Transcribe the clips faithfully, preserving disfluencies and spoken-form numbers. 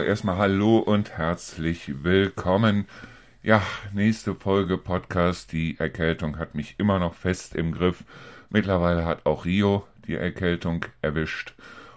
erstmal hallo und herzlich willkommen. Ja, nächste Folge Podcast. Die Erkältung hat mich immer noch fest im Griff. Mittlerweile hat auch Rio die Erkältung erwischt.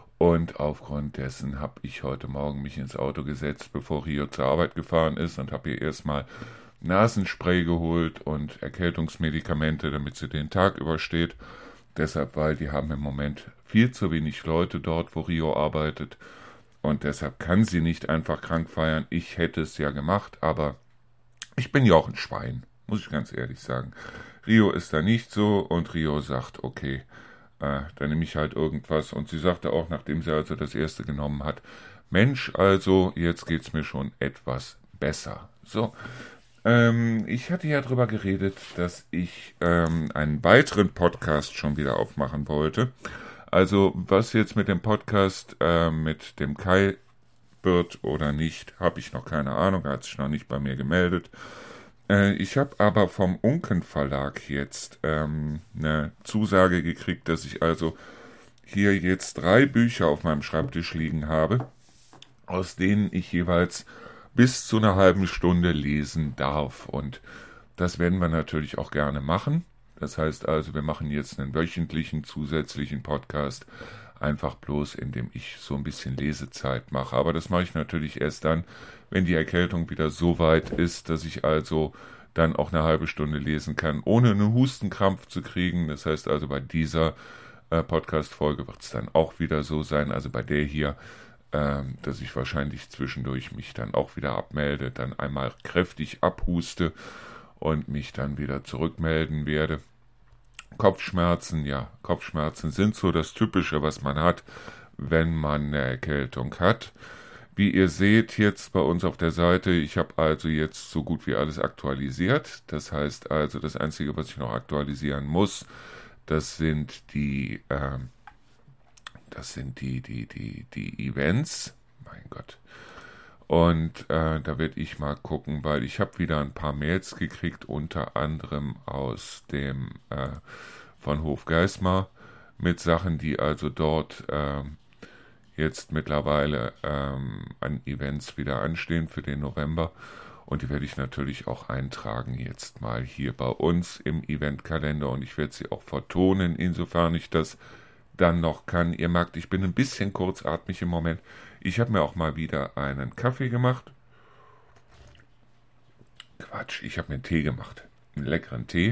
Und aufgrund dessen habe ich heute Morgen mich ins Auto gesetzt, bevor Rio zur Arbeit gefahren ist und habe ihr erstmal Nasenspray geholt und Erkältungsmedikamente, damit sie den Tag übersteht. Deshalb, weil die haben im Moment viel zu wenig Leute dort, wo Rio arbeitet. Und deshalb kann sie nicht einfach krank feiern. Ich hätte es ja gemacht, aber ich bin ja auch ein Schwein, muss ich ganz ehrlich sagen. Rio ist da nicht so und Rio sagt, okay, äh, dann nehme ich halt irgendwas. Und sie sagte auch, nachdem sie also das erste genommen hat, Mensch, also jetzt geht's mir schon etwas besser. So, ähm, ich hatte ja drüber geredet, dass ich ähm, einen weiteren Podcast schon wieder aufmachen wollte. Also was jetzt mit dem Podcast äh, mit dem Kai wird oder nicht, habe ich noch keine Ahnung, er hat sich noch nicht bei mir gemeldet. Äh, ich habe aber vom Unken Verlag jetzt ähm, eine Zusage gekriegt, dass ich also hier jetzt drei Bücher auf meinem Schreibtisch liegen habe, aus denen ich jeweils bis zu einer halben Stunde lesen darf. Und das werden wir natürlich auch gerne machen. Das heißt also, wir machen jetzt einen wöchentlichen zusätzlichen Podcast, einfach bloß, indem ich so ein bisschen Lesezeit mache. Aber das mache ich natürlich erst dann, wenn die Erkältung wieder so weit ist, dass ich also dann auch eine halbe Stunde lesen kann, ohne einen Hustenkrampf zu kriegen. Das heißt also, bei dieser äh, Podcast-Folge wird es dann auch wieder so sein, also bei der hier, äh, dass ich wahrscheinlich zwischendurch mich dann auch wieder abmelde, dann einmal kräftig abhuste und mich dann wieder zurückmelden werde. Kopfschmerzen, ja, Kopfschmerzen sind so das Typische, was man hat, wenn man eine Erkältung hat. Wie ihr seht jetzt bei uns auf der Seite, ich habe also jetzt so gut wie alles aktualisiert. Das heißt also, das Einzige, was ich noch aktualisieren muss, das sind die, äh, das sind die, die, die, die Events. Mein Gott. Und äh, da werde ich mal gucken, weil ich habe wieder ein paar Mails gekriegt, unter anderem aus dem äh, von Hofgeismar, mit Sachen, die also dort äh, jetzt mittlerweile ähm, an Events wieder anstehen für den November. Und die werde ich natürlich auch eintragen jetzt mal hier bei uns im Eventkalender. Und ich werde sie auch vertonen, insofern ich das dann noch kann. Ihr merkt, ich bin ein bisschen kurzatmig im Moment. Ich habe mir auch mal wieder einen Kaffee gemacht. Quatsch, ich habe mir einen Tee gemacht. Einen leckeren Tee.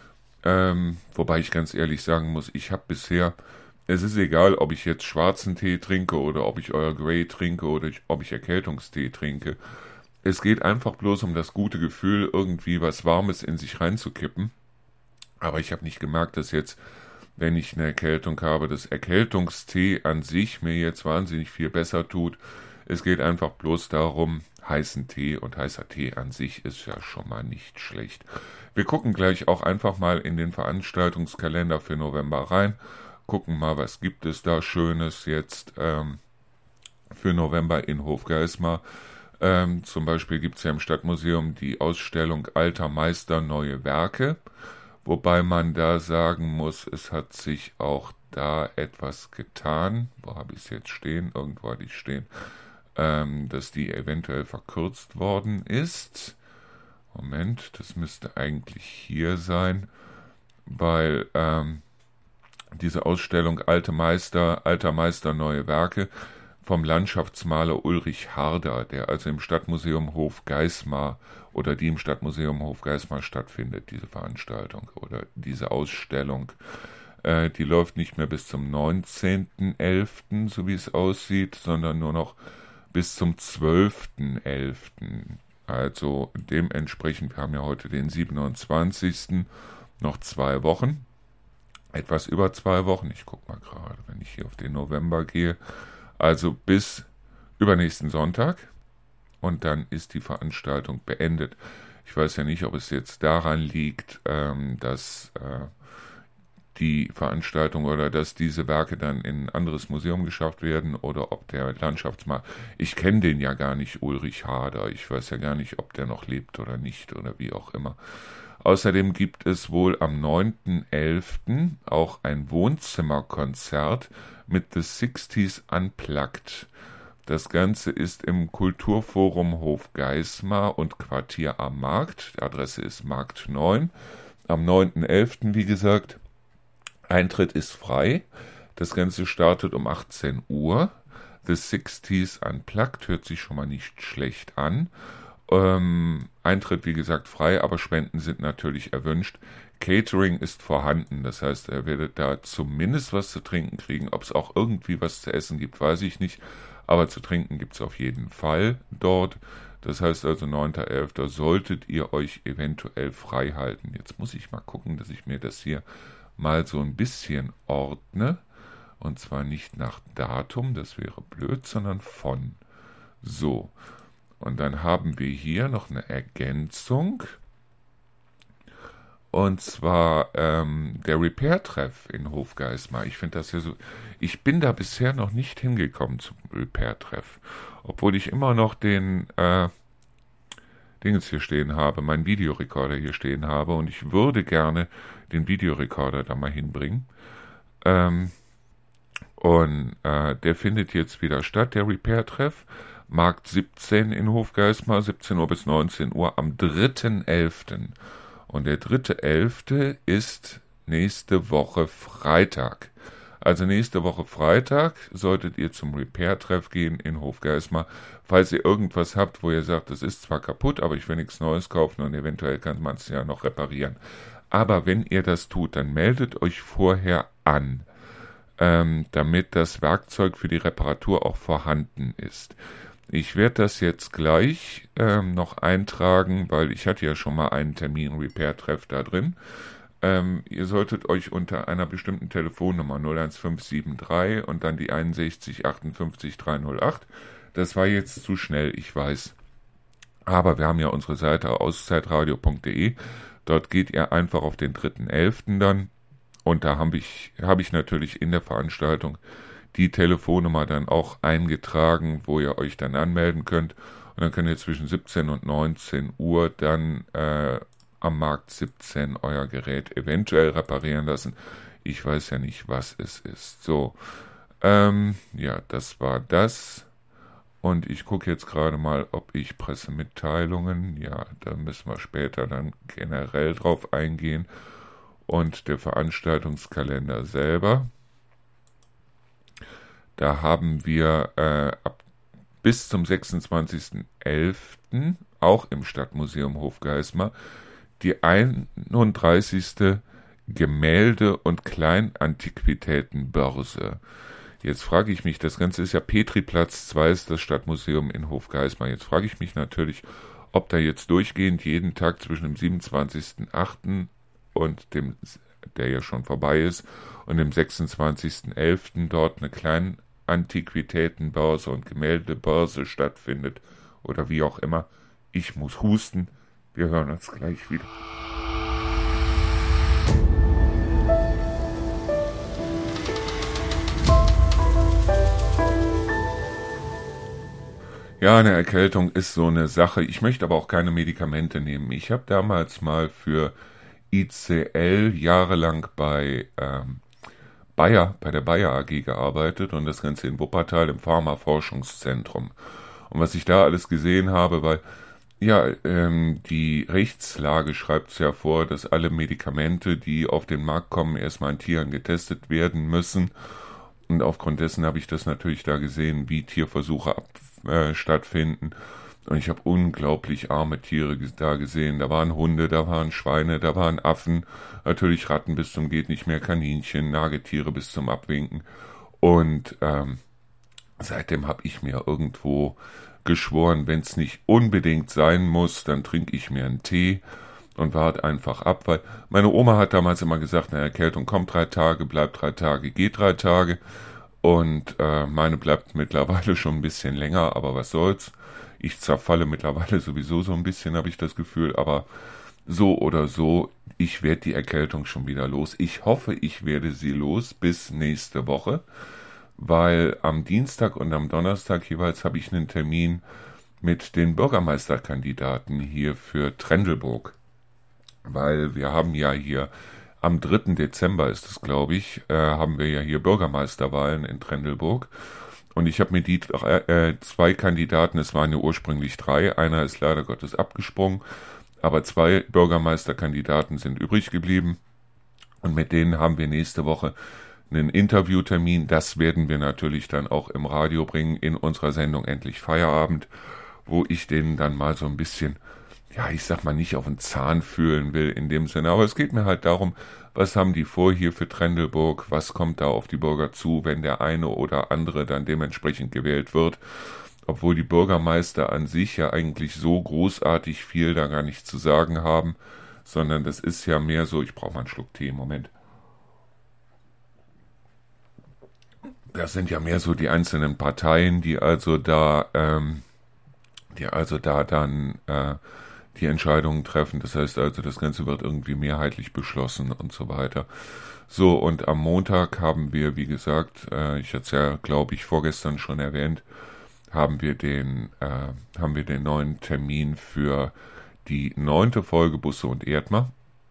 Ähm, wobei ich ganz ehrlich sagen muss, ich habe bisher, es ist egal, ob ich jetzt schwarzen Tee trinke oder ob ich Earl Grey trinke oder ich, ob ich Erkältungstee trinke. Es geht einfach bloß um das gute Gefühl, irgendwie was Warmes in sich reinzukippen. Aber ich habe nicht gemerkt, dass jetzt, wenn ich eine Erkältung habe, dass Erkältungstee an sich mir jetzt wahnsinnig viel besser tut. Es geht einfach bloß darum, heißen Tee und heißer Tee an sich ist ja schon mal nicht schlecht. Wir gucken gleich auch einfach mal in den Veranstaltungskalender für November rein, gucken mal, was gibt es da Schönes jetzt ähm, für November in Hofgeismar. Ähm, zum Beispiel gibt es ja im Stadtmuseum die Ausstellung Alter Meister, neue Werke. Wobei man da sagen muss, es hat sich auch da etwas getan. Wo habe ich es jetzt stehen? Irgendwo hatte ich stehen. Ähm, dass die eventuell verkürzt worden ist. Moment, das müsste eigentlich hier sein. Weil ähm, diese Ausstellung Alte Meister, Alter Meister, neue Werke vom Landschaftsmaler Ulrich Harder, der also im Stadtmuseum Hofgeismar oder die im Stadtmuseum Hofgeismar stattfindet, diese Veranstaltung oder diese Ausstellung. Äh, die läuft nicht mehr bis zum neunzehnten elften, so wie es aussieht, sondern nur noch bis zum zwölften elften. Also dementsprechend, wir haben ja heute den siebenundzwanzigsten noch zwei Wochen, etwas über zwei Wochen. Ich gucke mal gerade, wenn ich hier auf den November gehe. Also bis übernächsten Sonntag und dann ist die Veranstaltung beendet. Ich weiß ja nicht, ob es jetzt daran liegt, ähm, dass äh, die Veranstaltung oder dass diese Werke dann in ein anderes Museum geschafft werden oder ob der Landschaftsmaler, ich kenne den ja gar nicht, Ulrich Harder, ich weiß ja gar nicht, ob der noch lebt oder nicht oder wie auch immer. Außerdem gibt es wohl am neunten elften auch ein Wohnzimmerkonzert mit The sixties Unplugged Das Ganze ist im Kulturforum Hofgeismar und Quartier am Markt. Die Adresse ist Markt neun. Am neunten elften wie gesagt. Eintritt ist frei. Das Ganze startet um achtzehn Uhr. The sixties Unplugged hört sich schon mal nicht schlecht an. Ähm, Eintritt, wie gesagt, frei, aber Spenden sind natürlich erwünscht. Catering ist vorhanden, das heißt, ihr werdet da zumindest was zu trinken kriegen. Ob es auch irgendwie was zu essen gibt, weiß ich nicht. Aber zu trinken gibt es auf jeden Fall dort. Das heißt also, neunten elften solltet ihr euch eventuell frei halten. Jetzt muss ich mal gucken, dass ich mir das hier mal so ein bisschen ordne. Und zwar nicht nach Datum, das wäre blöd, sondern von. So. Und dann haben wir hier noch eine Ergänzung. Und zwar ähm, der Repair-Treff in Hofgeismar. Ich finde das ja so. Ich bin da bisher noch nicht hingekommen zum Repair-Treff. Obwohl ich immer noch den äh, Dingens hier stehen habe, meinen Videorekorder hier stehen habe. Und ich würde gerne den Videorekorder da mal hinbringen. Ähm, und äh, der findet jetzt wieder statt, der Repair-Treff. Markt siebzehn in Hofgeismar, siebzehn Uhr bis neunzehn Uhr am dritten elften Und der dritte elfte ist nächste Woche Freitag. Also nächste Woche Freitag solltet ihr zum Repair-Treff gehen in Hofgeismar. Falls ihr irgendwas habt, wo ihr sagt, das ist zwar kaputt, aber ich will nichts Neues kaufen und eventuell kann man es ja noch reparieren. Aber wenn ihr das tut, dann meldet euch vorher an, ähm, damit das Werkzeug für die Reparatur auch vorhanden ist. Ich werde das jetzt gleich ähm, noch eintragen, weil ich hatte ja schon mal einen Termin Repair-Treff da drin. Ähm, ihr solltet euch unter einer bestimmten Telefonnummer null eins fünf sieben drei und dann die einundsechzig achtundfünfzig dreihundertacht. Das war jetzt zu schnell, ich weiß. Aber wir haben ja unsere Seite auszeitradio punkt de. Dort geht ihr einfach auf den dritten elften dann. Und da habe ich, hab ich natürlich in der Veranstaltung die Telefonnummer dann auch eingetragen, wo ihr euch dann anmelden könnt. Und dann könnt ihr zwischen siebzehn und neunzehn Uhr dann äh, am Markt siebzehn euer Gerät eventuell reparieren lassen. Ich weiß ja nicht, was es ist. So, ähm, ja, das war das. Und ich gucke jetzt gerade mal, ob ich Pressemitteilungen, ja, da müssen wir später dann generell drauf eingehen. Und der Veranstaltungskalender selber. Da haben wir äh, ab, bis zum sechsundzwanzigsten elften auch im Stadtmuseum Hofgeismar die einunddreißigste Gemälde- und Kleinantiquitätenbörse. Jetzt frage ich mich, das Ganze ist ja Petriplatz zwei, ist das Stadtmuseum in Hofgeismar. Jetzt frage ich mich natürlich, ob da jetzt durchgehend jeden Tag zwischen dem siebenundzwanzigsten achten und dem, der ja schon vorbei ist, und dem sechsundzwanzigsten elften dort eine kleine Antiquitätenbörse und Gemäldebörse stattfindet oder wie auch immer. Ich muss husten. Wir hören uns gleich wieder. Ja, eine Erkältung ist so eine Sache. Ich möchte aber auch keine Medikamente nehmen. Ich habe damals mal für I C L jahrelang bei ähm, Bayer, bei der Bayer A G gearbeitet und das Ganze in Wuppertal im Pharmaforschungszentrum. Und was ich da alles gesehen habe, weil, ja, ähm, die Rechtslage schreibt es ja vor, dass alle Medikamente, die auf den Markt kommen, erstmal an Tieren getestet werden müssen. Und aufgrund dessen habe ich das natürlich da gesehen, wie Tierversuche ab, äh, stattfinden. Und ich habe unglaublich arme Tiere da gesehen. Da waren Hunde, da waren Schweine, da waren Affen, natürlich Ratten bis zum geht nicht mehr, Kaninchen, Nagetiere bis zum Abwinken. Und ähm, seitdem habe ich mir irgendwo geschworen, wenn es nicht unbedingt sein muss, dann trinke ich mir einen Tee und warte einfach ab, weil meine Oma hat damals immer gesagt, eine Erkältung kommt drei Tage, bleibt drei Tage, geht drei Tage. Und äh, meine bleibt mittlerweile schon ein bisschen länger, aber was soll's. Ich zerfalle mittlerweile sowieso so ein bisschen, habe ich das Gefühl, aber so oder so, ich werde die Erkältung schon wieder los. Ich hoffe, ich werde sie los bis nächste Woche, weil am Dienstag und am Donnerstag jeweils habe ich einen Termin mit den Bürgermeisterkandidaten hier für Trendelburg, weil wir haben ja hier am dritten Dezember ist es, glaube ich, äh, haben wir ja hier Bürgermeisterwahlen in Trendelburg. Und ich habe mir die äh, zwei Kandidaten, es waren ja ursprünglich drei, einer ist leider Gottes abgesprungen, aber zwei Bürgermeisterkandidaten sind übrig geblieben. Und mit denen haben wir nächste Woche einen Interviewtermin. Das werden wir natürlich dann auch im Radio bringen in unserer Sendung Endlich Feierabend, wo ich denen dann mal so ein bisschen, ja, ich sag mal, nicht auf den Zahn fühlen will in dem Sinne. Aber es geht mir halt darum, was haben die vor hier für Trendelburg? Was kommt da auf die Bürger zu, wenn der eine oder andere dann dementsprechend gewählt wird? Obwohl die Bürgermeister an sich ja eigentlich so großartig viel da gar nicht zu sagen haben, sondern das ist ja mehr so, ich brauche mal einen Schluck Tee, Moment. Das sind ja mehr so die einzelnen Parteien, die also da, ähm, die also da dann äh, die Entscheidungen treffen. Das heißt also, das Ganze wird irgendwie mehrheitlich beschlossen und so weiter. So, und am Montag haben wir, wie gesagt, äh, ich hatte es ja, glaube ich, vorgestern schon erwähnt, haben wir den, äh, haben wir den neuen Termin für die neunte Folge Busse und Erdmer.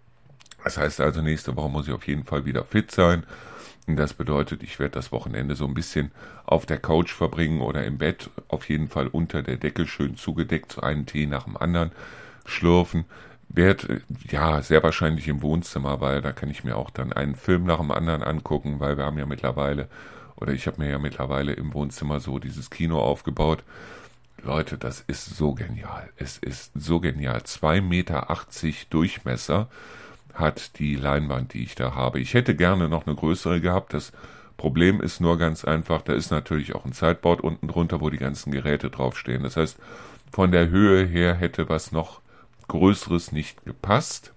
Das heißt also, nächste Woche muss ich auf jeden Fall wieder fit sein. Und das bedeutet, ich werde das Wochenende so ein bisschen auf der Couch verbringen oder im Bett, auf jeden Fall unter der Decke schön zugedeckt, so einen Tee nach dem anderen schlürfen. Werd, ja, sehr wahrscheinlich im Wohnzimmer, weil da kann ich mir auch dann einen Film nach dem anderen angucken, weil wir haben ja mittlerweile, oder ich habe mir ja mittlerweile im Wohnzimmer so dieses Kino aufgebaut. Leute, das ist so genial. Es ist so genial. zwei Meter achtzig Durchmesser hat die Leinwand, die ich da habe. Ich hätte gerne noch eine größere gehabt. Das Problem ist nur ganz einfach, da ist natürlich auch ein Sideboard unten drunter, wo die ganzen Geräte draufstehen. Das heißt, von der Höhe her hätte was noch Größeres nicht gepasst.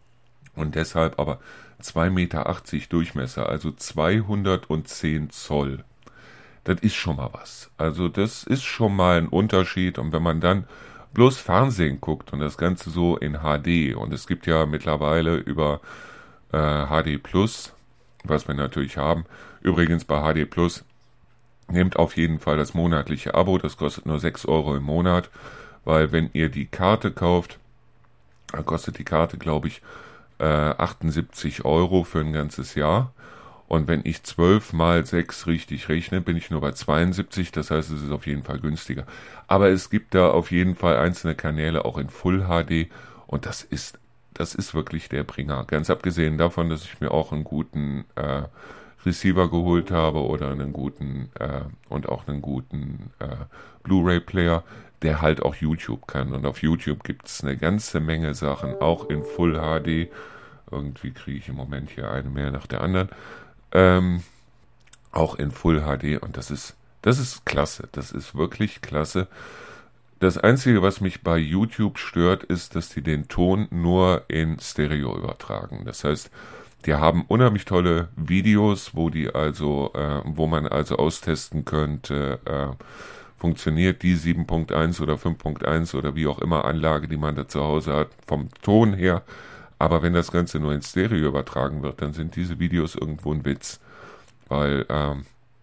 Und deshalb aber zwei Meter achtzig Durchmesser, also zweihundertzehn Zoll. Das ist schon mal was. Also das ist schon mal ein Unterschied. Und wenn man dann bloß Fernsehen guckt und das Ganze so in H D, und es gibt ja mittlerweile über äh, H D Plus, was wir natürlich haben, übrigens bei H D Plus, nehmt auf jeden Fall das monatliche Abo, das kostet nur sechs Euro im Monat, weil wenn ihr die Karte kauft, dann kostet die Karte, glaube ich, äh, achtundsiebzig Euro für ein ganzes Jahr. Und wenn ich zwölf mal sechs richtig rechne, bin ich nur bei zweiundsiebzig, das heißt, es ist auf jeden Fall günstiger. Aber es gibt da auf jeden Fall einzelne Kanäle auch in Full H D und das ist, das ist wirklich der Bringer. Ganz abgesehen davon, dass ich mir auch einen guten äh, Receiver geholt habe oder einen guten äh, und auch einen guten äh, Blu-ray-Player, der halt auch YouTube kann. Und auf YouTube gibt es eine ganze Menge Sachen, auch in Full H D. Irgendwie kriege ich im Moment hier eine mehr nach der anderen. Ähm, auch in Full H D und das ist, das ist klasse, das ist wirklich klasse. Das Einzige, was mich bei YouTube stört, ist, dass die den Ton nur in Stereo übertragen. Das heißt, die haben unheimlich tolle Videos, wo die also, äh, wo man also austesten könnte, äh, funktioniert die sieben Punkt eins oder fünf Punkt eins oder wie auch immer Anlage, die man da zu Hause hat, vom Ton her. Aber wenn das Ganze nur in Stereo übertragen wird, dann sind diese Videos irgendwo ein Witz. Weil ähm,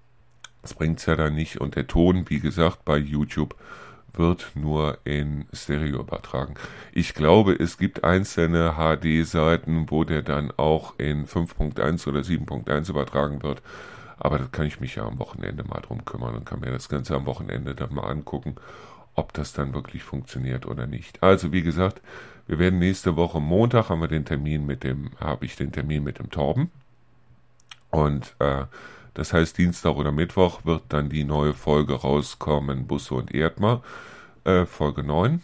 das bringt es ja dann nicht. Und der Ton, wie gesagt, bei YouTube wird nur in Stereo übertragen. Ich glaube, es gibt einzelne H D-Seiten, wo der dann auch in fünf Punkt eins oder sieben Punkt eins übertragen wird. Aber da kann ich mich ja am Wochenende mal drum kümmern und kann mir das Ganze am Wochenende dann mal angucken, ob das dann wirklich funktioniert oder nicht. Also wie gesagt, wir werden nächste Woche Montag haben wir den Termin mit dem, habe ich den Termin mit dem Torben. Und äh, das heißt, Dienstag oder Mittwoch wird dann die neue Folge rauskommen, Busse und Erdmer, äh, Folge neun.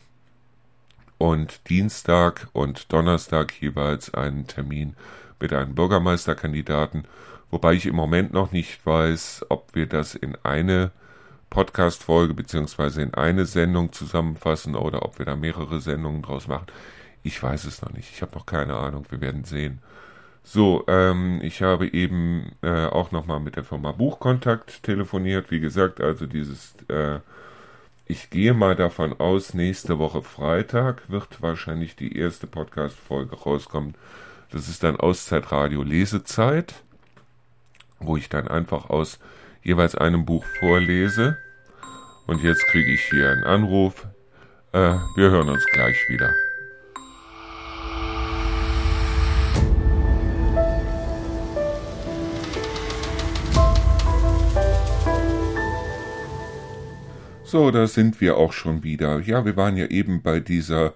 Und Dienstag und Donnerstag jeweils einen Termin mit einem Bürgermeisterkandidaten, wobei ich im Moment noch nicht weiß, ob wir das in eine Podcast-Folge beziehungsweise in eine Sendung zusammenfassen oder ob wir da mehrere Sendungen draus machen. Ich weiß es noch nicht. Ich habe noch keine Ahnung. Wir werden sehen. So, ähm, ich habe eben äh, auch nochmal mit der Firma Buchkontakt telefoniert. Wie gesagt, also dieses, äh, ich gehe mal davon aus, nächste Woche Freitag wird wahrscheinlich die erste Podcast-Folge rauskommen. Das ist dann Auszeitradio Lesezeit, wo ich dann einfach aus jeweils einem Buch vorlese. Und jetzt kriege ich hier einen Anruf. Äh, wir hören uns gleich wieder. So, da sind wir auch schon wieder. Ja, wir waren ja eben bei dieser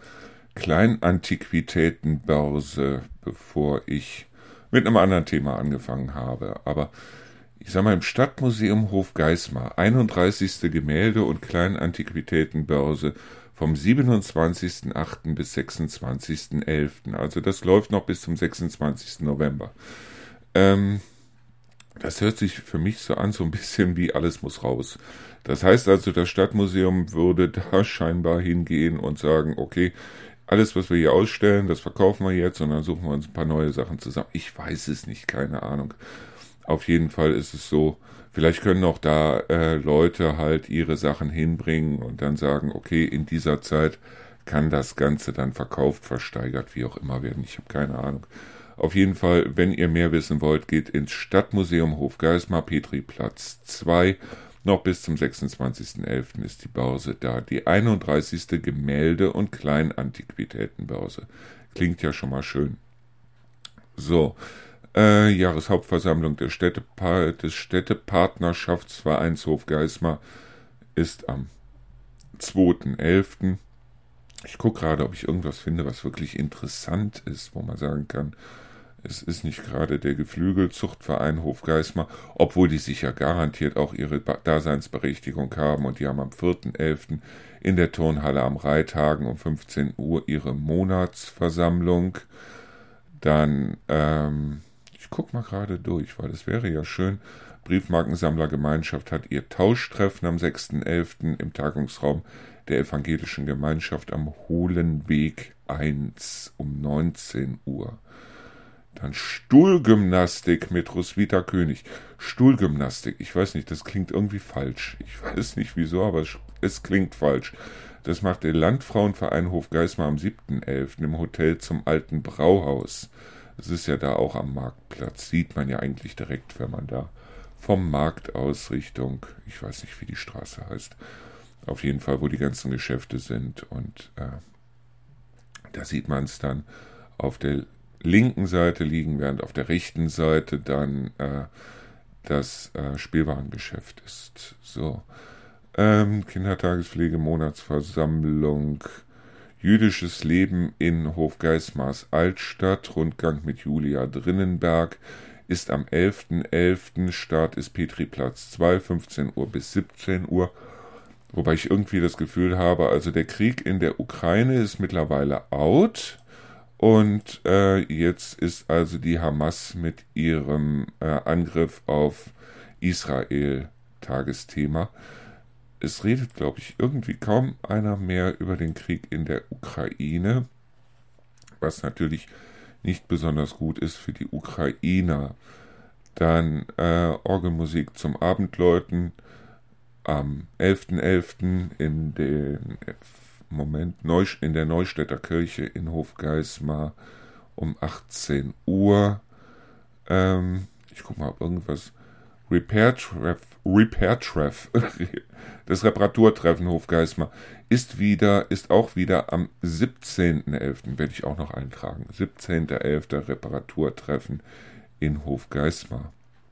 Kleinantiquitätenbörse, bevor ich mit einem anderen Thema angefangen habe. Aber ich sag mal, im Stadtmuseum Hofgeismar, einunddreißigste Gemälde- und Kleinantiquitätenbörse vom siebenundzwanzigsten achten bis sechsundzwanzigsten elften Also das läuft noch bis zum sechsundzwanzigsten November. Ähm, das hört sich für mich so an, so ein bisschen wie alles muss raus. Das heißt also, das Stadtmuseum würde da scheinbar hingehen und sagen, okay, alles, was wir hier ausstellen, das verkaufen wir jetzt und dann suchen wir uns ein paar neue Sachen zusammen. Ich weiß es nicht, keine Ahnung. Auf jeden Fall ist es so, vielleicht können auch da äh, Leute halt ihre Sachen hinbringen und dann sagen, okay, in dieser Zeit kann das Ganze dann verkauft, versteigert, wie auch immer werden. Ich habe keine Ahnung. Auf jeden Fall, wenn ihr mehr wissen wollt, geht ins Stadtmuseum Hofgeismar, Petriplatz zwei. Noch bis zum sechsundzwanzigsten elften ist die Börse da. Die einunddreißigste Gemälde- und Kleinantiquitätenbörse. Klingt ja schon mal schön. So, äh, Jahreshauptversammlung des, Städtepa- des Städtepartnerschaftsvereins Hofgeismar ist am zweiten elften Ich gucke gerade, ob ich irgendwas finde, was wirklich interessant ist, wo man sagen kann, es ist nicht gerade der Geflügelzuchtverein Hofgeismar, obwohl die sicher garantiert auch ihre Daseinsberechtigung haben und die haben am vierten elften in der Turnhalle am Reithagen um fünfzehn Uhr ihre Monatsversammlung. Dann, ähm, ich gucke mal gerade durch, weil es wäre ja schön, Briefmarkensammlergemeinschaft hat ihr Tauschtreffen am sechsten elften im Tagungsraum der Evangelischen Gemeinschaft am Hohlenweg eins um neunzehn Uhr. Dann Stuhlgymnastik mit Roswitha König. Stuhlgymnastik, ich weiß nicht, das klingt irgendwie falsch. Ich weiß nicht wieso, aber es klingt falsch. Das macht der Landfrauenverein Hofgeismar am siebten elften im Hotel zum Alten Brauhaus. Das ist ja da auch am Marktplatz. Sieht man ja eigentlich direkt, wenn man da vom Markt aus Richtung, ich weiß nicht, wie die Straße heißt, auf jeden Fall, wo die ganzen Geschäfte sind. Und äh, da sieht man es dann auf der linken Seite liegen, während auf der rechten Seite dann äh, das äh, Spielwarengeschäft ist. So, ähm, Kindertagespflege, Monatsversammlung, jüdisches Leben in Hofgeismars Altstadt, Rundgang mit Julia Drinnenberg, ist am elften elften Start ist Petriplatz zwei, fünfzehn Uhr bis siebzehn Uhr. Wobei ich irgendwie das Gefühl habe, also der Krieg in der Ukraine ist mittlerweile out. Und äh, jetzt ist also die Hamas mit ihrem äh, Angriff auf Israel Tagesthema. Es redet, glaube ich, irgendwie kaum einer mehr über den Krieg in der Ukraine, was natürlich nicht besonders gut ist für die Ukrainer. Dann äh, Orgelmusik zum Abendläuten am elften elften in den Moment in der Neustädter Kirche in Hofgeismar um achtzehn Uhr. Ähm, ich gucke mal, ob irgendwas Repair Treff, Repair Treff, das Reparaturtreffen Hofgeismar ist wieder, ist auch wieder am siebzehnten elften werde ich auch noch eintragen. siebzehnten elften Reparaturtreffen in Hofgeismar.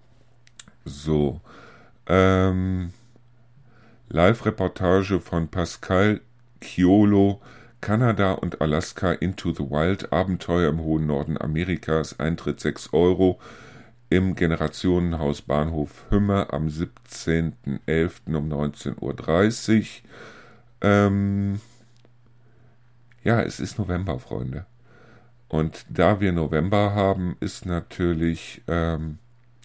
So, ähm, Live-Reportage von Pascal Chiolo, Kanada und Alaska Into the Wild, Abenteuer im hohen Norden Amerikas, Eintritt sechs Euro im Generationenhaus Bahnhof Hümme am siebzehnten elften um neunzehn Uhr dreißig. Ähm, ja, es ist November, Freunde. Und da wir November haben, ist natürlich ähm,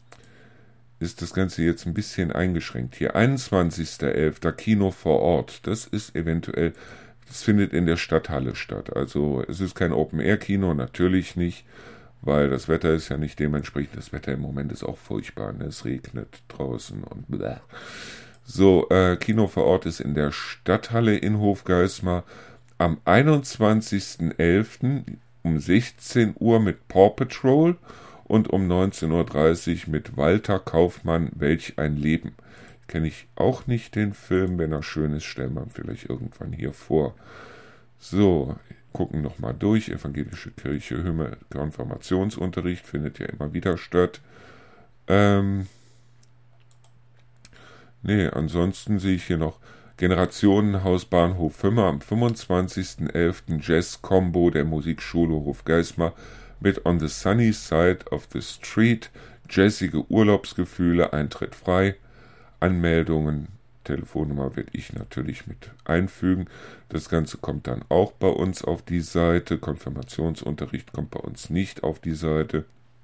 ist das Ganze jetzt ein bisschen eingeschränkt. Hier einundzwanzigsten elften Kino vor Ort. Das ist eventuell, das findet in der Stadthalle statt. Also es ist kein Open-Air-Kino, natürlich nicht, weil das Wetter ist ja nicht dementsprechend. Das Wetter im Moment ist auch furchtbar, ne? Es regnet draußen und bläh. So, äh, Kino vor Ort ist in der Stadthalle in Hofgeismar am einundzwanzigsten elften um sechzehn Uhr mit Paw Patrol und um neunzehn Uhr dreißig mit Walter Kaufmann, Welch ein Leben. Kenne ich auch nicht den Film, wenn er schön ist, stellen wir ihn vielleicht irgendwann hier vor. So, gucken nochmal durch. Evangelische Kirche, Hümme, Konfirmationsunterricht findet ja immer wieder statt. Ähm, nee, ansonsten sehe ich hier noch Generationenhaus Bahnhof Hümmer am fünfundzwanzigsten elften Jazz-Combo der Musikschule Hofgeismar mit On the Sunny Side of the Street, jazzige Urlaubsgefühle, Eintritt frei, Anmeldungen, Telefonnummer werde ich natürlich mit einfügen. Das Ganze kommt dann auch bei uns auf die Seite. Konfirmationsunterricht kommt bei uns nicht auf die Seite.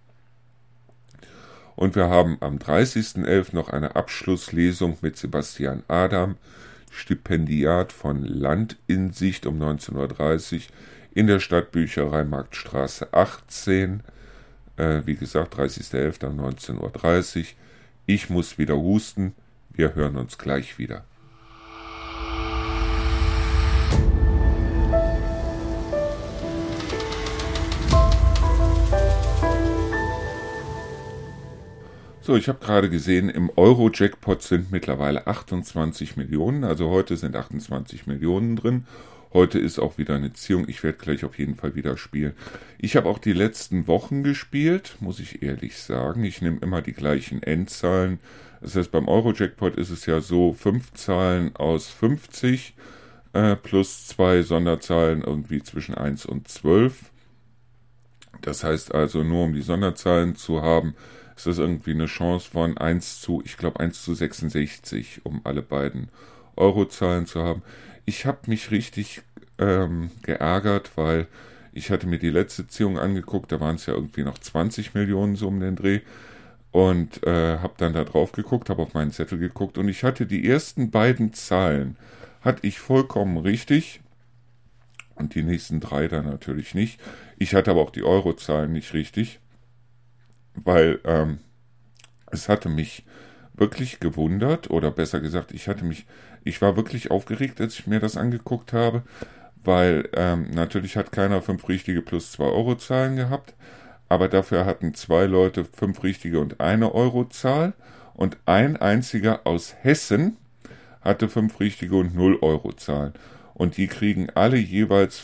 Und wir haben am dreißigsten elften noch eine Abschlusslesung mit Sebastian Adam, Stipendiat von Land in Sicht um neunzehn Uhr dreißig in der Stadtbücherei Marktstraße achtzehn. Äh, wie gesagt, dreißigsten elften um neunzehn Uhr dreißig. Ich muss wieder husten. Wir hören uns gleich wieder. So, ich habe gerade gesehen, im Euro-Jackpot sind mittlerweile achtundzwanzig Millionen, also heute sind achtundzwanzig Millionen drin. Heute ist auch wieder eine Ziehung, ich werde gleich auf jeden Fall wieder spielen. Ich habe auch die letzten Wochen gespielt, muss ich ehrlich sagen. Ich nehme immer die gleichen Endzahlen. Das heißt, beim Euro-Jackpot ist es ja so, fünf Zahlen aus fünfzig äh, plus zwei Sonderzahlen irgendwie zwischen eins und zwölf. Das heißt also, nur um die Sonderzahlen zu haben, ist das irgendwie eine Chance von eins zu, ich glaube eins zu sechsundsechzig, um alle beiden Eurozahlen zu haben. Ich habe mich richtig ähm, geärgert, weil ich hatte mir die letzte Ziehung angeguckt, da waren es ja irgendwie noch zwanzig Millionen so um den Dreh und äh, habe dann da drauf geguckt, habe auf meinen Zettel geguckt und ich hatte die ersten beiden Zahlen, hatte ich vollkommen richtig und die nächsten drei dann natürlich nicht. Ich hatte aber auch die Eurozahlen nicht richtig. Weil ähm, es hatte mich wirklich gewundert, oder besser gesagt, ich hatte mich, ich war wirklich aufgeregt, als ich mir das angeguckt habe, weil ähm, natürlich hat keiner fünf richtige plus zwei Eurozahlen gehabt, aber dafür hatten zwei Leute fünf richtige und eine Eurozahl und ein einziger aus Hessen hatte fünf richtige und null Eurozahlen und die kriegen alle jeweils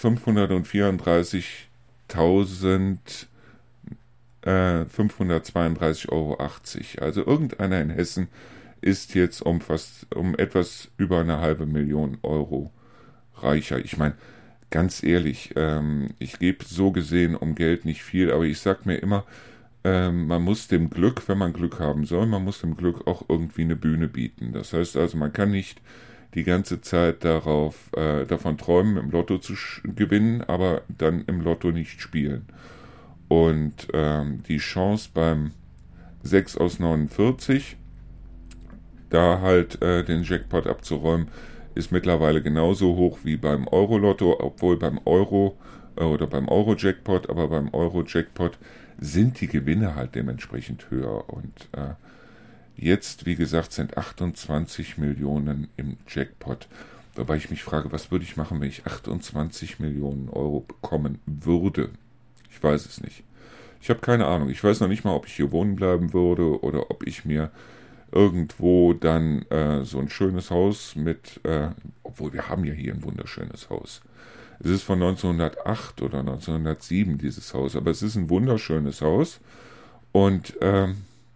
fünfhundertvierunddreißigtausend fünfhundertzweiunddreißig Euro achtzig. Also irgendeiner in Hessen ist jetzt um fast um etwas über eine halbe Million Euro reicher. Ich meine, ganz ehrlich, ähm, ich gebe so gesehen um Geld nicht viel, aber ich sag mir immer, ähm, man muss dem Glück, wenn man Glück haben soll, man muss dem Glück auch irgendwie eine Bühne bieten. Das heißt also, man kann nicht die ganze Zeit darauf äh, davon träumen, im Lotto zu sch- gewinnen, aber dann im Lotto nicht spielen. Und ähm, die Chance beim sechs aus neunundvierzig, da halt äh, den Jackpot abzuräumen, ist mittlerweile genauso hoch wie beim Euro-Lotto, obwohl beim Euro äh, oder beim Euro-Jackpot, aber beim Euro-Jackpot sind die Gewinne halt dementsprechend höher. Und äh, jetzt, wie gesagt, sind achtundzwanzig Millionen im Jackpot. Wobei ich mich frage, was würde ich machen, wenn ich achtundzwanzig Millionen Euro bekommen würde? Ich weiß es nicht. Ich habe keine Ahnung. Ich weiß noch nicht mal, ob ich hier wohnen bleiben würde oder ob ich mir irgendwo dann äh, so ein schönes Haus mit, äh, obwohl wir haben ja hier ein wunderschönes Haus. Es ist von neunzehnhundertacht oder neunzehnhundertsieben dieses Haus, aber es ist ein wunderschönes Haus und ähm,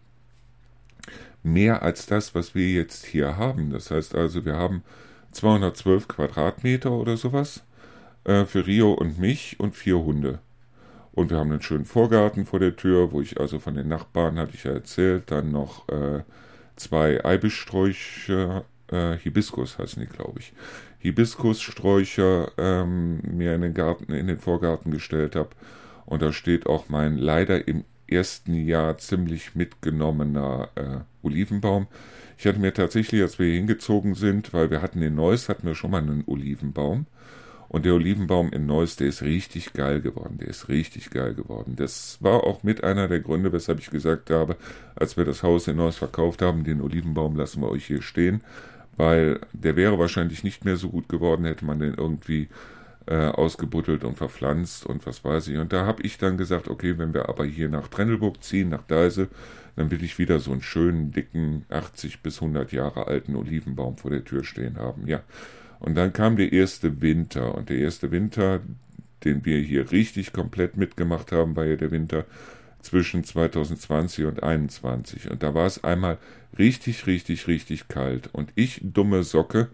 mehr als das, was wir jetzt hier haben. Das heißt also, wir haben zweihundertzwölf Quadratmeter oder sowas äh, für Rio und mich und vier Hunde. Und wir haben einen schönen Vorgarten vor der Tür, wo ich also von den Nachbarn, hatte ich ja erzählt, dann noch äh, zwei Eibischsträucher, äh, Hibiskus heißen die, glaube ich, Hibiskussträucher ähm, mir in den Garten, in den Vorgarten gestellt habe. Und da steht auch mein leider im ersten Jahr ziemlich mitgenommener äh, Olivenbaum. Ich hatte mir tatsächlich, als wir hier hingezogen sind, weil wir hatten in Neuss, hatten wir schon mal einen Olivenbaum. Und der Olivenbaum in Neuss, der ist richtig geil geworden. Der ist richtig geil geworden. Das war auch mit einer der Gründe, weshalb ich gesagt habe, als wir das Haus in Neuss verkauft haben, den Olivenbaum lassen wir euch hier stehen. Weil der wäre wahrscheinlich nicht mehr so gut geworden, hätte man den irgendwie äh, ausgebuddelt und verpflanzt und was weiß ich. Und da habe ich dann gesagt, okay, wenn wir aber hier nach Trendelburg ziehen, nach Deise, dann will ich wieder so einen schönen, dicken, achtzig bis hundert Jahre alten Olivenbaum vor der Tür stehen haben. Ja. Und dann kam der erste Winter. Und der erste Winter, den wir hier richtig komplett mitgemacht haben, war ja der Winter zwischen zweitausendzwanzig und einundzwanzig. Und da war es einmal richtig, richtig, richtig kalt. Und ich, dumme Socke,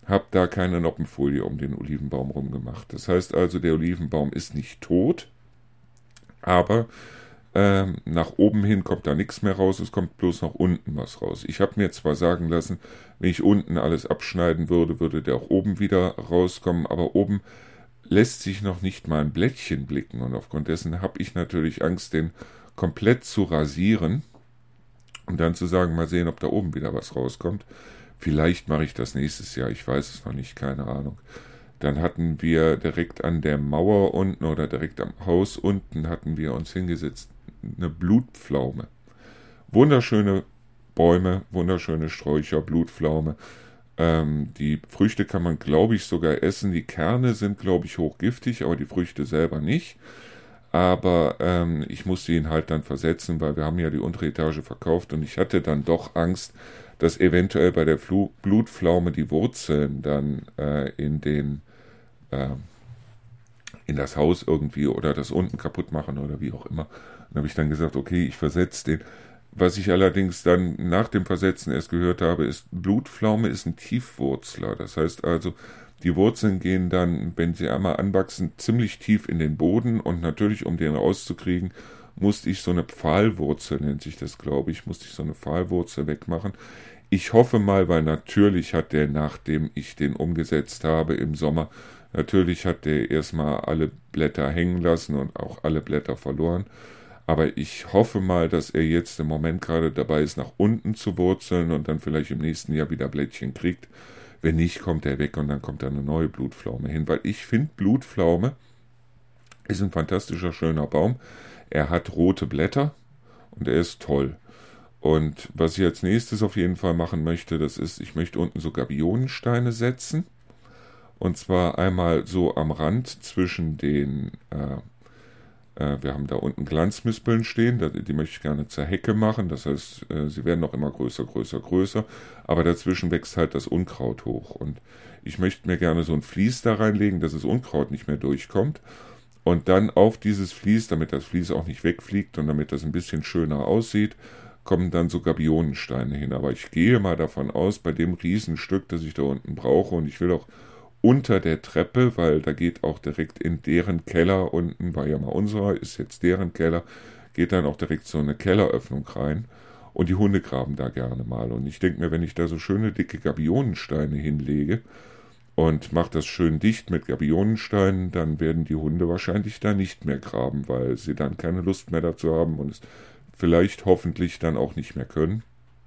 habe da keine Noppenfolie um den Olivenbaum rum gemacht. Das heißt also, der Olivenbaum ist nicht tot, aber ähm, nach oben hin kommt da nichts mehr raus, es kommt bloß nach unten was raus. Ich habe mir zwar sagen lassen, wenn ich unten alles abschneiden würde, würde der auch oben wieder rauskommen, aber oben lässt sich noch nicht mal ein Blättchen blicken und aufgrund dessen habe ich natürlich Angst, den komplett zu rasieren und dann zu sagen, mal sehen, ob da oben wieder was rauskommt. Vielleicht mache ich das nächstes Jahr, ich weiß es noch nicht, keine Ahnung. Dann hatten wir direkt an der Mauer unten oder direkt am Haus unten hatten wir uns hingesetzt, eine Blutpflaume. Wunderschöne Bäume, wunderschöne Sträucher, Blutpflaume. Ähm, die Früchte kann man, glaube ich, sogar essen. Die Kerne sind, glaube ich, hochgiftig, aber die Früchte selber nicht. Aber ähm, ich musste ihn halt dann versetzen, weil wir haben ja die untere Etage verkauft und ich hatte dann doch Angst, dass eventuell bei der Flu- Blutpflaume die Wurzeln dann äh, in den äh, in das Haus irgendwie oder das unten kaputt machen oder wie auch immer. Dann habe ich dann gesagt, okay, ich versetze den. Was ich allerdings dann nach dem Versetzen erst gehört habe, ist, Blutpflaume ist ein Tiefwurzler. Das heißt also, die Wurzeln gehen dann, wenn sie einmal anwachsen, ziemlich tief in den Boden und natürlich, um den rauszukriegen, musste ich so eine Pfahlwurzel, nennt sich das, glaube ich, musste ich so eine Pfahlwurzel wegmachen. Ich hoffe mal, weil natürlich hat der, nachdem ich den umgesetzt habe im Sommer, natürlich hat der erstmal alle Blätter hängen lassen und auch alle Blätter verloren. Aber ich hoffe mal, dass er jetzt im Moment gerade dabei ist, nach unten zu wurzeln und dann vielleicht im nächsten Jahr wieder Blättchen kriegt. Wenn nicht, kommt er weg und dann kommt da eine neue Blutpflaume hin. Weil ich finde, Blutpflaume ist ein fantastischer, schöner Baum. Er hat rote Blätter und er ist toll. Und was ich als nächstes auf jeden Fall machen möchte, das ist, ich möchte unten so Gabionensteine setzen. Und zwar einmal so am Rand zwischen den, äh, äh, wir haben da unten Glanzmispeln stehen, die, die möchte ich gerne zur Hecke machen. Das heißt, äh, sie werden noch immer größer, größer, größer. Aber dazwischen wächst halt das Unkraut hoch. Und ich möchte mir gerne so ein Vlies da reinlegen, dass das Unkraut nicht mehr durchkommt. Und dann auf dieses Vlies, damit das Vlies auch nicht wegfliegt und damit das ein bisschen schöner aussieht, kommen dann so Gabionensteine hin. Aber ich gehe mal davon aus, bei dem Riesenstück, das ich da unten brauche, und ich will auch unter der Treppe, weil da geht auch direkt in deren Keller unten, war ja mal unserer, ist jetzt deren Keller, geht dann auch direkt so eine Kelleröffnung rein. Und die Hunde graben da gerne mal. Und ich denke mir, wenn ich da so schöne dicke Gabionensteine hinlege und mache das schön dicht mit Gabionensteinen, dann werden die Hunde wahrscheinlich da nicht mehr graben, weil sie dann keine Lust mehr dazu haben und es vielleicht hoffentlich dann auch nicht mehr können.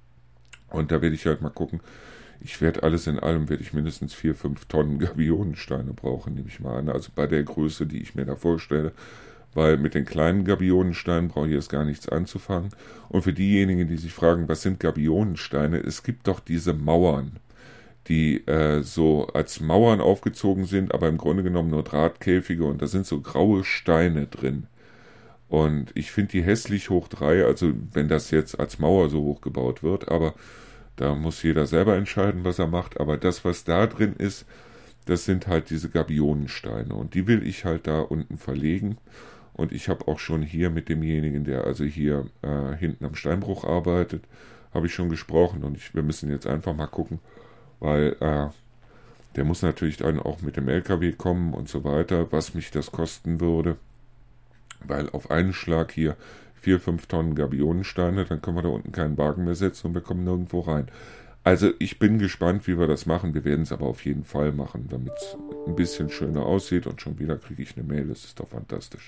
Und da werde ich halt mal gucken. Ich werde alles in allem, werde ich mindestens vier, fünf Tonnen Gabionensteine brauchen, nehme ich mal an. Also bei der Größe, die ich mir da vorstelle. Weil mit den kleinen Gabionensteinen brauche ich jetzt gar nichts anzufangen. Und für diejenigen, die sich fragen, was sind Gabionensteine? Es gibt doch diese Mauern, die äh, so als Mauern aufgezogen sind, aber im Grunde genommen nur Drahtkäfige und da sind so graue Steine drin. Und ich finde die hässlich hoch drei, also wenn das jetzt als Mauer so hoch gebaut wird, aber da muss jeder selber entscheiden, was er macht. Aber das, was da drin ist, das sind halt diese Gabionensteine. Und die will ich halt da unten verlegen. Und ich habe auch schon hier mit demjenigen, der also hier äh, hinten am Steinbruch arbeitet, habe ich schon gesprochen. Und ich, wir müssen jetzt einfach mal gucken, weil äh, der muss natürlich dann auch mit dem L K W kommen und so weiter, was mich das kosten würde. Weil auf einen Schlag hier vier, fünf Tonnen Gabionensteine, dann können wir da unten keinen Wagen mehr setzen und wir kommen nirgendwo rein. Also ich bin gespannt, wie wir das machen. Wir werden es aber auf jeden Fall machen, damit es ein bisschen schöner aussieht. Und schon wieder kriege ich eine Mail, das ist doch fantastisch.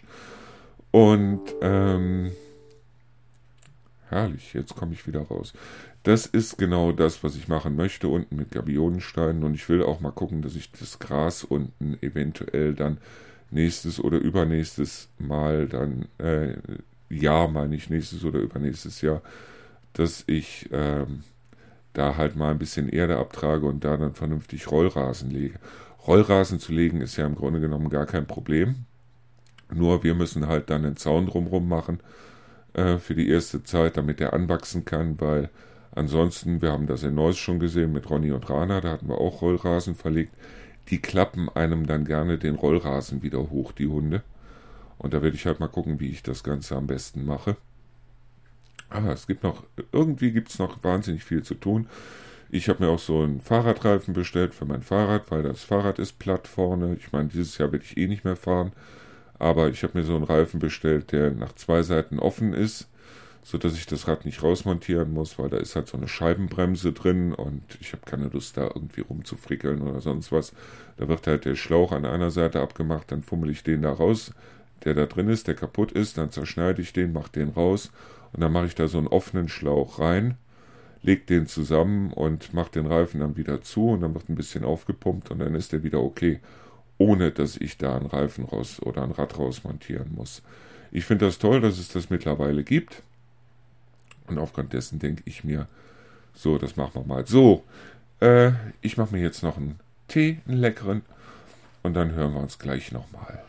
Und ähm, herrlich, jetzt komme ich wieder raus. Das ist genau das, was ich machen möchte, unten mit Gabionensteinen. Und ich will auch mal gucken, dass ich das Gras unten eventuell dann nächstes oder übernächstes Mal dann, äh, Jahr meine ich, nächstes oder übernächstes Jahr, dass ich ähm, da halt mal ein bisschen Erde abtrage und da dann vernünftig Rollrasen lege. Rollrasen zu legen ist ja im Grunde genommen gar kein Problem. Nur wir müssen halt dann einen Zaun drumherum machen äh, für die erste Zeit, damit der anwachsen kann, weil ansonsten, wir haben das in Neuss schon gesehen mit Ronny und Rana, da hatten wir auch Rollrasen verlegt. Die klappen einem dann gerne den Rollrasen wieder hoch, die Hunde. Und da werde ich halt mal gucken, wie ich das Ganze am besten mache. Aber es gibt noch, irgendwie gibt es noch wahnsinnig viel zu tun. Ich habe mir auch so einen Fahrradreifen bestellt für mein Fahrrad, weil das Fahrrad ist platt vorne. Ich meine, dieses Jahr werde ich eh nicht mehr fahren. Aber ich habe mir so einen Reifen bestellt, der nach zwei Seiten offen ist, sodass ich das Rad nicht rausmontieren muss, weil da ist halt so eine Scheibenbremse drin und ich habe keine Lust, da irgendwie rumzufrickeln oder sonst was. Da wird halt der Schlauch an einer Seite abgemacht, dann fummel ich den da raus, der da drin ist, der kaputt ist, dann zerschneide ich den, mache den raus und dann mache ich da so einen offenen Schlauch rein, leg den zusammen und mache den Reifen dann wieder zu und dann wird ein bisschen aufgepumpt und dann ist der wieder okay, ohne dass ich da einen Reifen raus oder ein Rad rausmontieren muss. Ich finde das toll, dass es das mittlerweile gibt. Und aufgrund dessen denke ich mir, so, das machen wir mal. So, äh, ich mache mir jetzt noch einen Tee, einen leckeren, und dann hören wir uns gleich nochmal.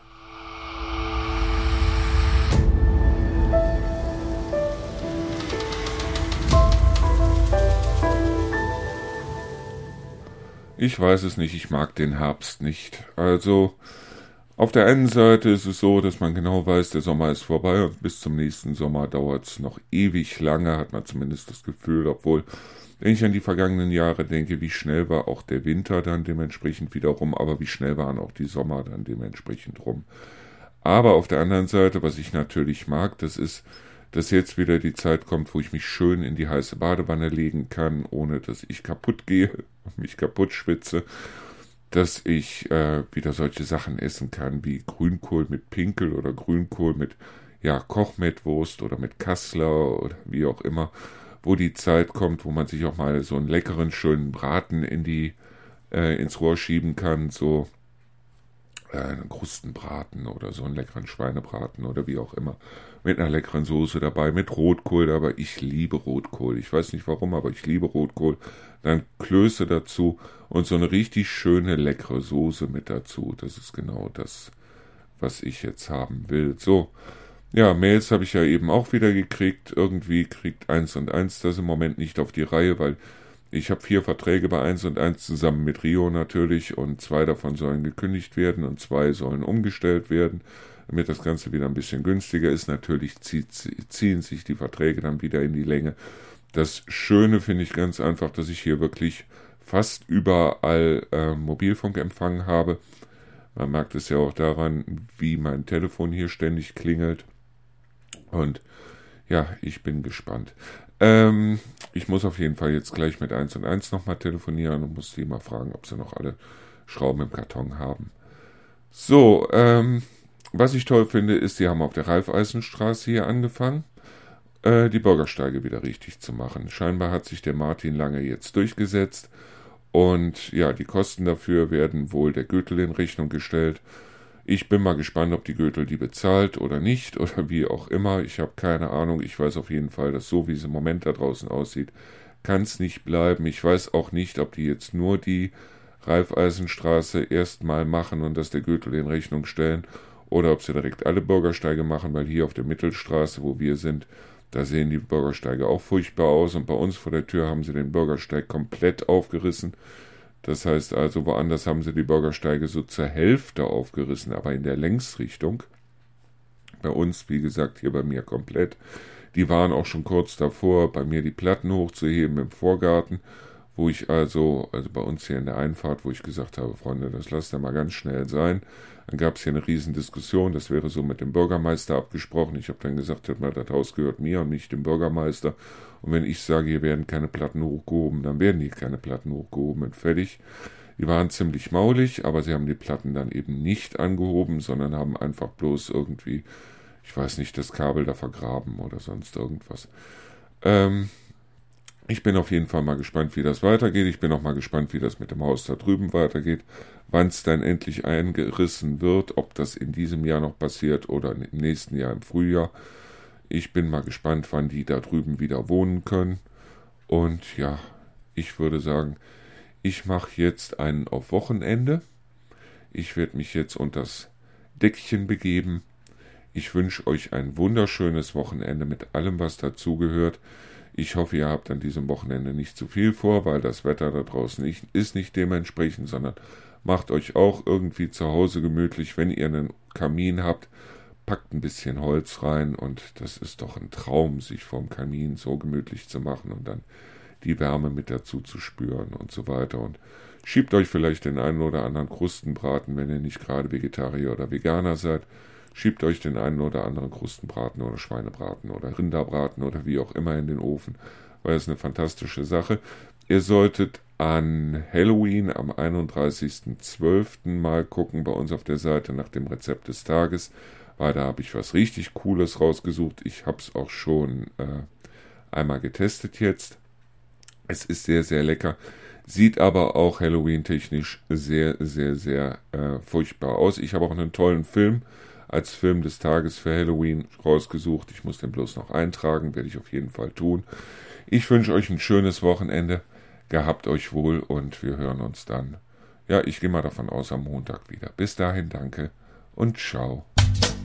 Ich weiß es nicht, ich mag den Herbst nicht. Also, auf der einen Seite ist es so, dass man genau weiß, der Sommer ist vorbei und bis zum nächsten Sommer dauert es noch ewig lange, hat man zumindest das Gefühl, obwohl, wenn ich an die vergangenen Jahre denke, wie schnell war auch der Winter dann dementsprechend wieder rum, aber wie schnell waren auch die Sommer dann dementsprechend rum. Aber auf der anderen Seite, was ich natürlich mag, das ist, dass jetzt wieder die Zeit kommt, wo ich mich schön in die heiße Badewanne legen kann, ohne dass ich kaputt gehe und mich kaputt schwitze. Dass ich äh, wieder solche Sachen essen kann, wie Grünkohl mit Pinkel oder Grünkohl mit ja, Kochmettwurst oder mit Kassler oder wie auch immer, wo die Zeit kommt, wo man sich auch mal so einen leckeren, schönen Braten in die, äh, ins Rohr schieben kann, so äh, einen Krustenbraten oder so einen leckeren Schweinebraten oder wie auch immer, mit einer leckeren Soße dabei, mit Rotkohl dabei. Ich liebe Rotkohl, ich weiß nicht warum, aber ich liebe Rotkohl. Dann Klöße dazu und so eine richtig schöne, leckere Soße mit dazu. Das ist genau das, was ich jetzt haben will. So, ja, Mails habe ich ja eben auch wieder gekriegt. Irgendwie kriegt eins und eins das im Moment nicht auf die Reihe, weil ich habe vier Verträge bei eins und eins zusammen mit Rio natürlich und zwei davon sollen gekündigt werden und zwei sollen umgestellt werden, damit das Ganze wieder ein bisschen günstiger ist. Natürlich zieht, ziehen sich die Verträge dann wieder in die Länge. Das Schöne finde ich ganz einfach, dass ich hier wirklich fast überall äh, Mobilfunkempfang habe. Man merkt es ja auch daran, wie mein Telefon hier ständig klingelt. Und ja, ich bin gespannt. Ähm, ich muss auf jeden Fall jetzt gleich mit eins und eins nochmal telefonieren und muss die mal fragen, ob sie noch alle Schrauben im Karton haben. So, ähm, was ich toll finde, ist, sie haben auf der Raiffeisenstraße hier angefangen, äh, die Bürgersteige wieder richtig zu machen. Scheinbar hat sich der Martin Lange jetzt durchgesetzt und ja, die Kosten dafür werden wohl der Götel in Rechnung gestellt. Ich bin mal gespannt, ob die Götel die bezahlt oder nicht oder wie auch immer. Ich habe keine Ahnung. Ich weiß auf jeden Fall, dass so wie es im Moment da draußen aussieht, kann es nicht bleiben. Ich weiß auch nicht, ob die jetzt nur die Raiffeisenstraße erstmal machen und das der Götel in Rechnung stellen oder ob sie direkt alle Bürgersteige machen, weil hier auf der Mittelstraße, wo wir sind, da sehen die Bürgersteige auch furchtbar aus und bei uns vor der Tür haben sie den Bürgersteig komplett aufgerissen. Das heißt also, woanders haben sie die Bürgersteige so zur Hälfte aufgerissen, aber in der Längsrichtung. Bei uns, wie gesagt, hier bei mir komplett. Die waren auch schon kurz davor, bei mir die Platten hochzuheben im Vorgarten, wo ich also, also bei uns hier in der Einfahrt, wo ich gesagt habe, Freunde, das lasst ihr mal ganz schnell sein. Dann gab es hier eine riesen Diskussion, das wäre so mit dem Bürgermeister abgesprochen. Ich habe dann gesagt, hört mal, das Haus gehört mir und nicht dem Bürgermeister. Und wenn ich sage, hier werden keine Platten hochgehoben, dann werden hier keine Platten hochgehoben und fertig. Die waren ziemlich maulig, aber sie haben die Platten dann eben nicht angehoben, sondern haben einfach bloß irgendwie, ich weiß nicht, das Kabel da vergraben oder sonst irgendwas. Ähm, ich bin auf jeden Fall mal gespannt, wie das weitergeht. Ich bin auch mal gespannt, wie das mit dem Haus da drüben weitergeht, wann es dann endlich eingerissen wird, ob das in diesem Jahr noch passiert oder im nächsten Jahr im Frühjahr. Ich bin mal gespannt, wann die da drüben wieder wohnen können. Und ja, ich würde sagen, ich mache jetzt einen auf Wochenende. Ich werde mich jetzt unter das Deckchen begeben. Ich wünsche euch ein wunderschönes Wochenende mit allem, was dazugehört. Ich hoffe, ihr habt an diesem Wochenende nicht zu viel vor, weil das Wetter da draußen nicht, ist nicht dementsprechend, sondern macht euch auch irgendwie zu Hause gemütlich. Wenn ihr einen Kamin habt, packt ein bisschen Holz rein und das ist doch ein Traum, sich vorm Kamin so gemütlich zu machen und dann die Wärme mit dazu zu spüren und so weiter. Und schiebt euch vielleicht den einen oder anderen Krustenbraten, wenn ihr nicht gerade Vegetarier oder Veganer seid. Schiebt euch den einen oder anderen Krustenbraten oder Schweinebraten oder Rinderbraten oder wie auch immer in den Ofen, weil es eine fantastische Sache. Ihr solltet an Halloween am einunddreißigsten zwölften mal gucken bei uns auf der Seite nach dem Rezept des Tages, weil da habe ich was richtig Cooles rausgesucht. Ich habe es auch schon äh, einmal getestet jetzt. Es ist sehr, sehr lecker. Sieht aber auch Halloween-technisch sehr, sehr, sehr äh, furchtbar aus. Ich habe auch einen tollen Film als Film des Tages für Halloween rausgesucht. Ich muss den bloß noch eintragen, werde ich auf jeden Fall tun. Ich wünsche euch ein schönes Wochenende. Gehabt euch wohl und wir hören uns dann. Ja, ich gehe mal davon aus am Montag wieder. Bis dahin, danke und ciao.